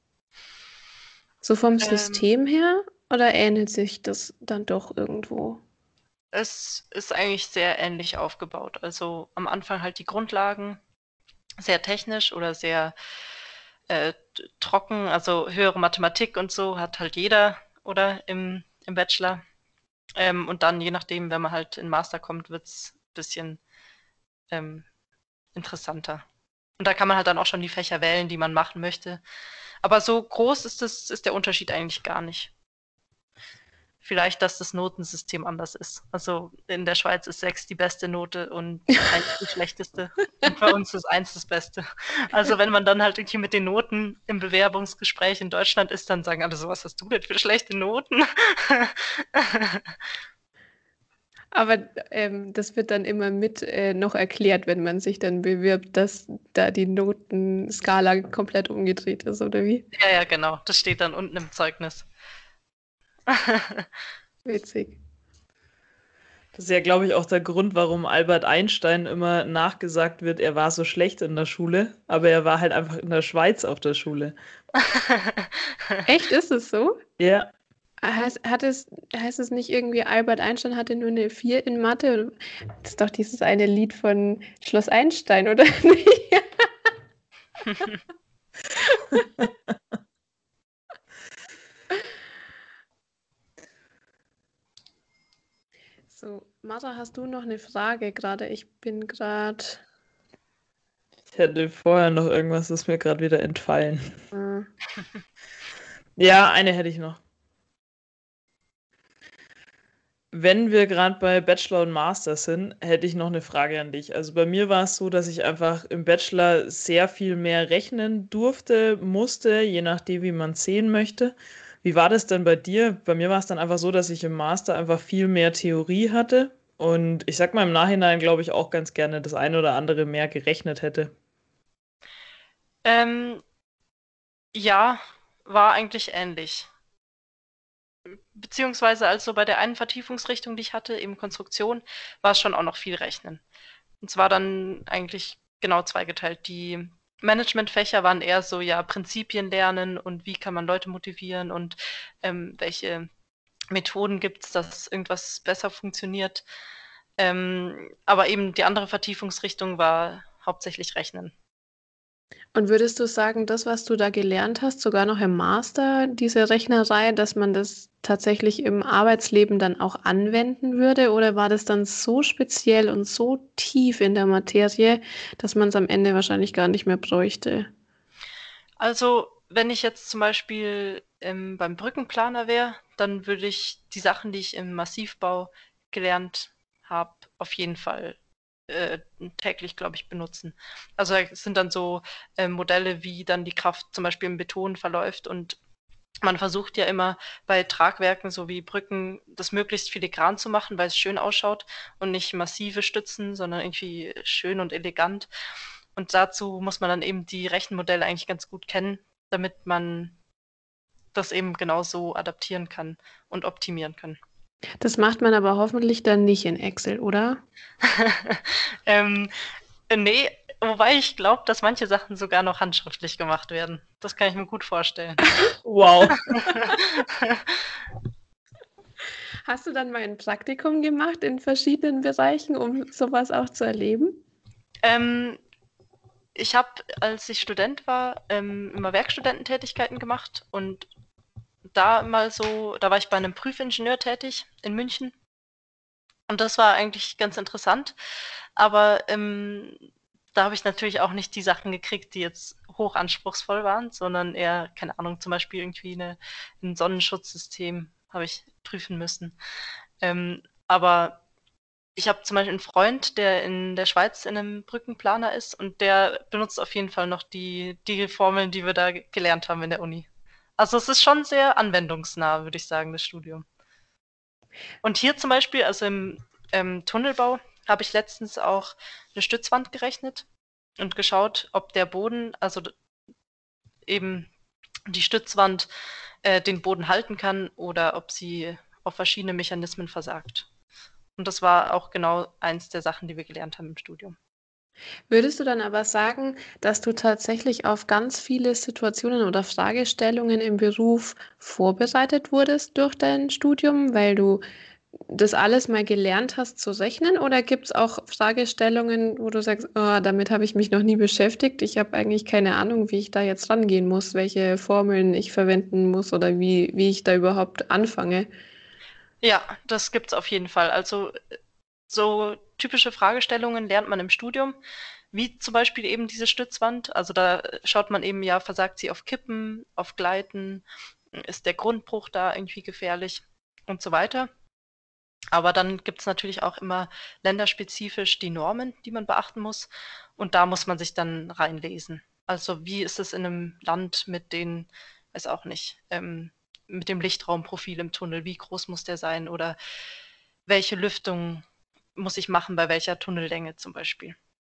[SPEAKER 2] So vom
[SPEAKER 1] Ähm,
[SPEAKER 2] System her? Oder ähnelt sich das dann doch irgendwo?
[SPEAKER 1] es ist eigentlich sehr ähnlich aufgebaut. Also am Anfang halt die Grundlagen, sehr technisch oder sehr äh, t- trocken, also höhere Mathematik und so hat halt jeder oder im, im Bachelor. Ähm, und dann, je nachdem, wenn man halt in Master kommt, wird es ein bisschen ähm, interessanter. Und da kann man halt dann auch schon die Fächer wählen, die man machen möchte. Aber so groß ist das, ist der Unterschied eigentlich gar nicht. Vielleicht, dass das Notensystem anders ist. Also in der Schweiz ist sechs die beste Note und eins die schlechteste. Und bei uns ist eins das Beste. Also wenn man dann halt irgendwie mit den Noten im Bewerbungsgespräch in Deutschland ist, dann sagen alle so, was hast du denn für schlechte Noten?
[SPEAKER 2] Aber ähm, das wird dann immer mit äh, noch erklärt, wenn man sich dann bewirbt, dass da die Notenskala komplett umgedreht ist, oder wie?
[SPEAKER 1] Ja, ja, genau. Das steht dann unten im Zeugnis.
[SPEAKER 2] Witzig.
[SPEAKER 3] Das ist ja, glaube ich, auch der Grund, warum Albert Einstein immer nachgesagt wird, er war so schlecht in der Schule, aber er war halt einfach in der Schweiz auf der Schule.
[SPEAKER 2] Echt, ist es so?
[SPEAKER 3] Ja,
[SPEAKER 2] Heißt, hat es, heißt es nicht irgendwie, Albert Einstein hatte nur eine vier in Mathe? Das ist doch dieses eine Lied von Schloss Einstein, oder nicht? So, Martha, hast du noch eine Frage gerade? Ich bin gerade.
[SPEAKER 3] ich hätte vorher noch irgendwas, das ist mir gerade wieder entfallen.
[SPEAKER 2] Äh,
[SPEAKER 3] Ja, eine hätte ich noch. Wenn wir gerade bei Bachelor und Master sind, hätte ich noch eine Frage an dich. Also bei mir war es so, dass ich einfach im Bachelor sehr viel mehr rechnen durfte, musste, je nachdem, wie man es sehen möchte. Wie war das denn bei dir? Bei mir war es dann einfach so, dass ich im Master einfach viel mehr Theorie hatte und ich sag mal im Nachhinein, glaube ich, auch ganz gerne das eine oder andere mehr gerechnet hätte.
[SPEAKER 1] ähm, ja, war eigentlich ähnlich. Beziehungsweise also bei der einen Vertiefungsrichtung, die ich hatte, eben Konstruktion, war es schon auch noch viel Rechnen. Und zwar dann eigentlich genau zweigeteilt. Die Managementfächer waren eher so, ja, Prinzipien lernen und wie kann man Leute motivieren und ähm, welche Methoden gibt es, dass irgendwas besser funktioniert. Ähm, aber eben die andere Vertiefungsrichtung war hauptsächlich Rechnen.
[SPEAKER 2] Und würdest du sagen, das, was du da gelernt hast, sogar noch im Master, diese Rechnerei, dass man das tatsächlich im Arbeitsleben dann auch anwenden würde? Oder war das dann so speziell und so tief in der Materie, dass man es am Ende wahrscheinlich gar nicht mehr bräuchte?
[SPEAKER 1] Also, wenn ich jetzt zum Beispiel ähm, beim Brückenplaner wäre, dann würde ich die Sachen, die ich im Massivbau gelernt habe, auf jeden Fall äh, täglich, glaube ich, benutzen. Also es sind dann so äh, Modelle, wie dann die Kraft zum Beispiel im Beton verläuft und man versucht ja immer bei Tragwerken so wie Brücken das möglichst filigran zu machen, weil es schön ausschaut und nicht massive Stützen, sondern irgendwie schön und elegant. Und dazu muss man dann eben die Rechenmodelle eigentlich ganz gut kennen, damit man das eben genau so adaptieren kann und optimieren kann.
[SPEAKER 2] Das macht man aber hoffentlich dann nicht in Excel, oder?
[SPEAKER 1] ähm, nee, wobei ich glaube, dass manche Sachen sogar noch handschriftlich gemacht werden. Das kann ich mir gut vorstellen.
[SPEAKER 3] Wow.
[SPEAKER 2] Hast du dann mal ein Praktikum gemacht in verschiedenen Bereichen, um sowas auch zu erleben?
[SPEAKER 1] Ähm, ich habe, als ich Student war, ähm, immer Werkstudententätigkeiten gemacht und da mal so, da war ich bei einem Prüfingenieur tätig in München und das war eigentlich ganz interessant, aber ähm, da habe ich natürlich auch nicht die Sachen gekriegt, die jetzt hochanspruchsvoll waren, sondern eher, keine Ahnung, zum Beispiel irgendwie eine, ein Sonnenschutzsystem habe ich prüfen müssen. Ähm, aber ich habe zum Beispiel einen Freund, der in der Schweiz in einem Brückenplaner ist und der benutzt auf jeden Fall noch die, die Formeln, die wir da ge- gelernt haben in der Uni. Also es ist schon sehr anwendungsnah, würde ich sagen, das Studium. Und hier zum Beispiel, also im ähm, Tunnelbau, habe ich letztens auch eine Stützwand gerechnet und geschaut, ob der Boden, also d- eben die Stützwand, äh, den Boden halten kann oder ob sie auf verschiedene Mechanismen versagt. Und das war auch genau eins der Sachen, die wir gelernt haben im Studium.
[SPEAKER 2] Würdest du dann aber sagen, dass du tatsächlich auf ganz viele Situationen oder Fragestellungen im Beruf vorbereitet wurdest durch dein Studium, weil du das alles mal gelernt hast zu rechnen? Oder gibt es auch Fragestellungen, wo du sagst, oh, damit habe ich mich noch nie beschäftigt. Ich habe eigentlich keine Ahnung, wie ich da jetzt rangehen muss, welche Formeln ich verwenden muss oder wie, wie ich da überhaupt anfange.
[SPEAKER 1] Ja, das gibt's auf jeden Fall. Also äh, so typische Fragestellungen lernt man im Studium, wie zum Beispiel eben diese Stützwand. Also da äh, schaut man eben, ja, versagt sie auf Kippen, auf Gleiten, ist der Grundbruch da irgendwie gefährlich und so weiter. Aber dann gibt's natürlich auch immer länderspezifisch die Normen, die man beachten muss. Und da muss man sich dann reinlesen. Also wie ist es in einem Land mit den, weiß auch nicht, ähm, mit dem Lichtraumprofil im Tunnel, wie groß muss der sein oder welche Lüftung muss ich machen bei welcher Tunnellänge zum Beispiel.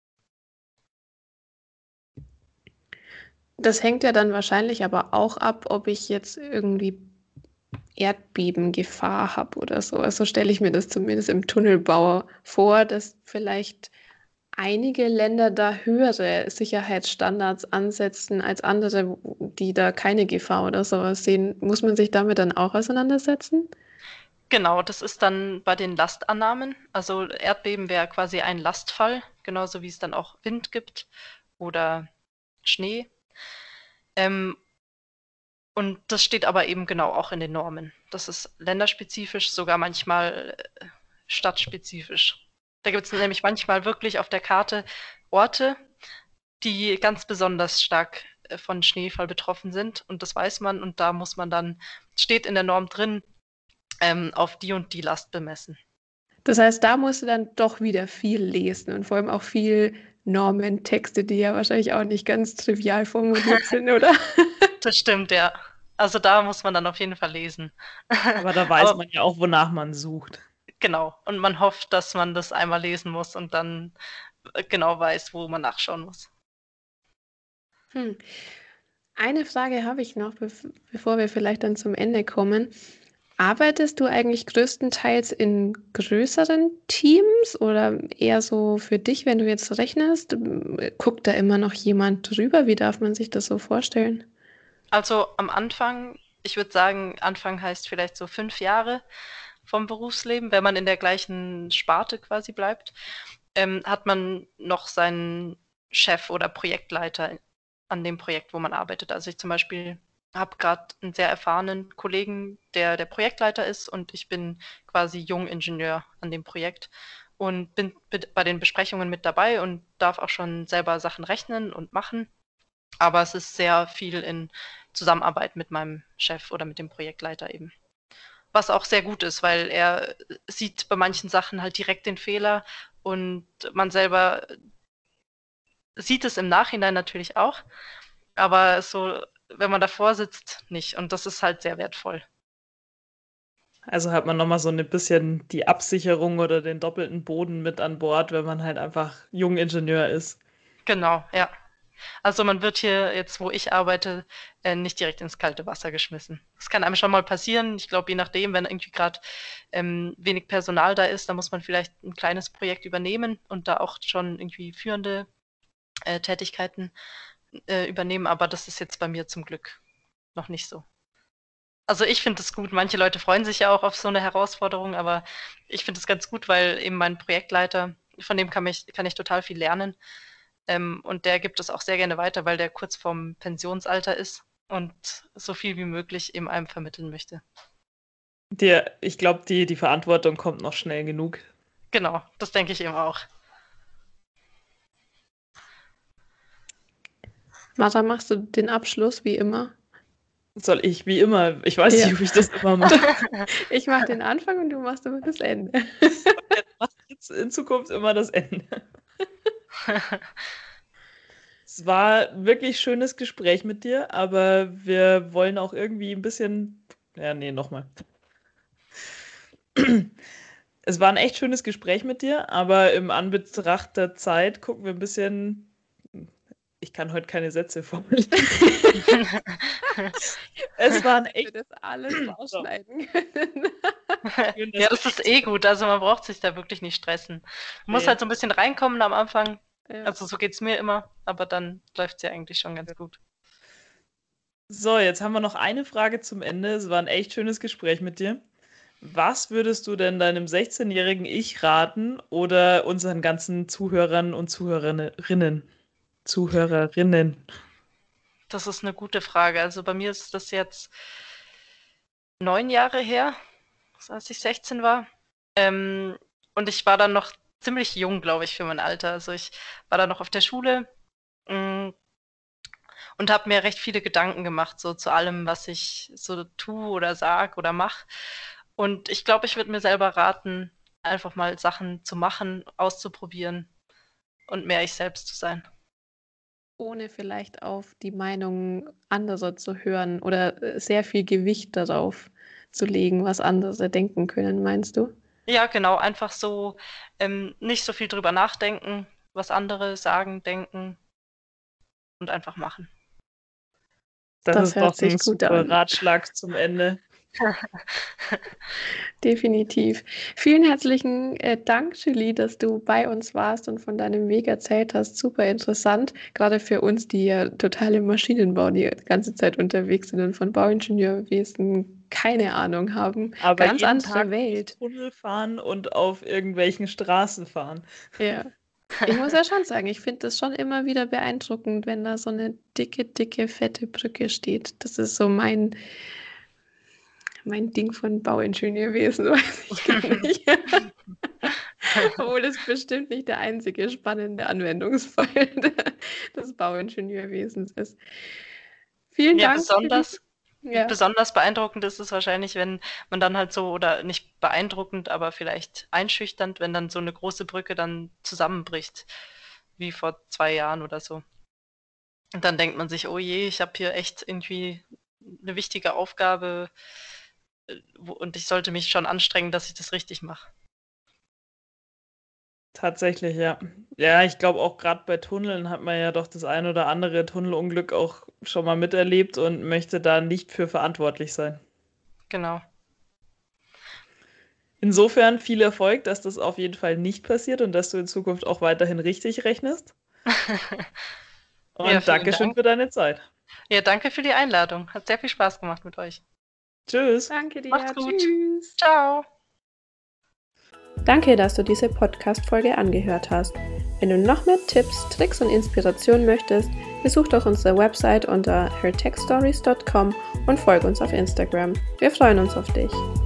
[SPEAKER 2] Das hängt ja dann wahrscheinlich aber auch ab, ob ich jetzt irgendwie Erdbebengefahr habe oder so. Also stelle ich mir das zumindest im Tunnelbau vor, dass vielleicht einige Länder da höhere Sicherheitsstandards ansetzen als andere, die da keine Gefahr oder sowas sehen. Muss man sich damit dann auch auseinandersetzen?
[SPEAKER 1] Genau, das ist dann bei den Lastannahmen. Also Erdbeben wäre quasi ein Lastfall, genauso wie es dann auch Wind gibt oder Schnee. Ähm, Und das steht aber eben genau auch in den Normen. Das ist länderspezifisch, sogar manchmal äh, stadtspezifisch. Da gibt es nämlich manchmal wirklich auf der Karte Orte, die ganz besonders stark äh, von Schneefall betroffen sind. Und das weiß man. Und da muss man dann, steht in der Norm drin, ähm, auf die und die Last bemessen.
[SPEAKER 2] Das heißt, da musst du dann doch wieder viel lesen und vor allem auch viel Normentexte, die ja wahrscheinlich auch nicht ganz trivial formuliert sind, oder?
[SPEAKER 1] Das stimmt, ja. Also da muss man dann auf jeden Fall lesen.
[SPEAKER 3] Aber da weiß
[SPEAKER 1] Aber
[SPEAKER 3] man ja auch, wonach man sucht.
[SPEAKER 1] genau. Und man hofft, dass man das einmal lesen muss und dann äh, genau weiß, wo man nachschauen muss.
[SPEAKER 2] Hm. Eine Frage habe ich noch, bev bevor wir vielleicht dann zum Ende kommen. Arbeitest du eigentlich größtenteils in größeren Teams oder eher so für dich, wenn du jetzt rechnest? M- Guckt da immer noch jemand drüber? Wie darf man sich das so vorstellen?
[SPEAKER 1] Also am Anfang, ich würde sagen, Anfang heißt vielleicht so fünf Jahre vom Berufsleben, wenn man in der gleichen Sparte quasi bleibt, ähm, hat man noch seinen Chef oder Projektleiter an dem Projekt, wo man arbeitet. Also ich zum Beispiel habe gerade einen sehr erfahrenen Kollegen, der der Projektleiter ist und ich bin quasi Jungingenieur an dem Projekt und bin bi- bei den Besprechungen mit dabei und darf auch schon selber Sachen rechnen und machen. Aber es ist sehr viel in Zusammenarbeit mit meinem Chef oder mit dem Projektleiter eben. Was auch sehr gut ist, weil er sieht bei manchen Sachen halt direkt den Fehler und man selber sieht es im Nachhinein natürlich auch, aber so, wenn man davor sitzt, nicht. Und das ist halt sehr wertvoll.
[SPEAKER 3] Also hat man nochmal so ein bisschen die Absicherung oder den doppelten Boden mit an Bord, wenn man halt einfach Jungingenieur ist.
[SPEAKER 1] Genau, ja. Also man wird hier jetzt, wo ich arbeite, äh, nicht direkt ins kalte Wasser geschmissen. Das kann einem schon mal passieren. Ich glaube, je nachdem, wenn irgendwie gerade ähm, wenig Personal da ist, dann muss man vielleicht ein kleines Projekt übernehmen und da auch schon irgendwie führende äh, Tätigkeiten äh, übernehmen. Aber das ist jetzt bei mir zum Glück noch nicht so. Also ich finde es gut. Manche Leute freuen sich ja auch auf so eine Herausforderung, aber ich finde es ganz gut, weil eben mein Projektleiter, von dem kann ich, kann ich total viel lernen. Ähm, und der gibt es auch sehr gerne weiter, weil der kurz vorm Pensionsalter ist und so viel wie möglich eben einem vermitteln möchte.
[SPEAKER 3] Der, ich glaube, die, die Verantwortung kommt noch schnell genug.
[SPEAKER 1] Genau, das denke ich eben auch.
[SPEAKER 2] Martha, machst du den Abschluss wie immer?
[SPEAKER 3] Soll ich, wie immer, ich weiß
[SPEAKER 2] Ja.
[SPEAKER 3] nicht, ob ich das immer mache.
[SPEAKER 2] Ich mache den Anfang und du machst immer das Ende.
[SPEAKER 3] Jetzt mach jetzt in Zukunft immer das Ende. Es war wirklich schönes Gespräch mit dir, aber wir wollen auch irgendwie ein bisschen. Ja, nee, nochmal. Es war ein echt schönes Gespräch mit dir, aber im Anbetracht der Zeit gucken wir ein bisschen. Ich kann heute keine Sätze formulieren. Es waren
[SPEAKER 2] Ich
[SPEAKER 3] echt.
[SPEAKER 2] würde das alles rausschneiden können.
[SPEAKER 3] schön, dass
[SPEAKER 1] Ja,
[SPEAKER 3] du
[SPEAKER 1] das ist eh gut. Also man braucht sich da wirklich nicht stressen. Man muss
[SPEAKER 3] Nee.
[SPEAKER 1] halt so ein bisschen reinkommen am Anfang.
[SPEAKER 2] Ja.
[SPEAKER 1] Also so geht's mir immer, aber dann läuft's ja eigentlich schon ganz gut.
[SPEAKER 3] So, jetzt haben wir noch eine Frage zum Ende. Es war ein echt schönes Gespräch mit dir. Was würdest du denn deinem sechzehnjährigen Ich raten oder unseren ganzen Zuhörern und Zuhörerinnen? Zuhörerinnen.
[SPEAKER 1] Das ist eine gute Frage. Also bei mir ist das jetzt neun Jahre her, als ich sechzehn war. Ähm, und ich war dann noch ziemlich jung, glaube ich, für mein Alter. Also ich war dann noch auf der Schule mh, und habe mir recht viele Gedanken gemacht, so zu allem, was ich so tue oder sag oder mache. Und ich glaube, ich würde mir selber raten, einfach mal Sachen zu machen, auszuprobieren und mehr ich selbst zu sein.
[SPEAKER 2] Ohne vielleicht auf die Meinung anderer zu hören oder äh, sehr viel Gewicht darauf zu legen, was andere denken können, meinst du?
[SPEAKER 1] Ja, genau, einfach so ähm, nicht so viel drüber nachdenken, was andere sagen, denken und einfach machen.
[SPEAKER 3] Das,
[SPEAKER 2] Das
[SPEAKER 3] ist
[SPEAKER 2] hört
[SPEAKER 3] doch ein
[SPEAKER 2] sich gut
[SPEAKER 3] super
[SPEAKER 2] an.
[SPEAKER 3] Ratschlag zum Ende.
[SPEAKER 2] Definitiv. Vielen herzlichen äh, Dank, Julie, dass du bei uns warst und von deinem Weg erzählt hast. Super interessant, gerade für uns, die ja total im Maschinenbau die ganze Zeit unterwegs sind und von Bauingenieurwesen keine Ahnung haben.
[SPEAKER 3] Aber
[SPEAKER 2] Ganz
[SPEAKER 3] jeden
[SPEAKER 2] andere
[SPEAKER 3] Tag
[SPEAKER 2] Welt.
[SPEAKER 3] durch Tunnel fahren und auf irgendwelchen Straßen fahren.
[SPEAKER 2] Ja. Ich muss ja schon sagen, ich finde das schon immer wieder beeindruckend, wenn da so eine dicke, dicke, fette Brücke steht. Das ist so mein, mein Ding von Bauingenieurwesen, weiß ich gar nicht. Obwohl es bestimmt nicht der einzige spannende Anwendungsfall des Bauingenieurwesens ist. Vielen
[SPEAKER 1] Ja,
[SPEAKER 2] Dank.
[SPEAKER 1] besonders,
[SPEAKER 2] Ja.
[SPEAKER 1] besonders beeindruckend ist es wahrscheinlich, wenn man dann halt so, oder nicht beeindruckend, aber vielleicht einschüchternd, wenn dann so eine große Brücke dann zusammenbricht, wie vor zwei Jahren oder so. Und dann denkt man sich, oh je, ich habe hier echt irgendwie eine wichtige Aufgabe äh, wo- und ich sollte mich schon anstrengen, dass ich das richtig mache.
[SPEAKER 3] Tatsächlich, ja. Ja, ich glaube auch gerade bei Tunneln hat man ja doch das ein oder andere Tunnelunglück auch schon mal miterlebt und möchte da nicht für verantwortlich sein.
[SPEAKER 1] Genau.
[SPEAKER 3] Insofern viel Erfolg, dass das auf jeden Fall nicht passiert und dass du in Zukunft auch weiterhin richtig rechnest. Und
[SPEAKER 1] Ja, vielen
[SPEAKER 3] Dankeschön
[SPEAKER 1] Dank.
[SPEAKER 3] für deine Zeit.
[SPEAKER 1] Ja, danke für die Einladung. Hat sehr viel Spaß gemacht mit euch.
[SPEAKER 3] Tschüss.
[SPEAKER 2] Danke dir.
[SPEAKER 1] Macht's gut.
[SPEAKER 2] Tschüss.
[SPEAKER 1] Ciao.
[SPEAKER 2] Danke, dass du diese Podcast-Folge angehört hast. Wenn du noch mehr Tipps, Tricks und Inspiration möchtest, besuch doch unsere Website unter her tech stories dot com und folge uns auf Instagram. Wir freuen uns auf dich.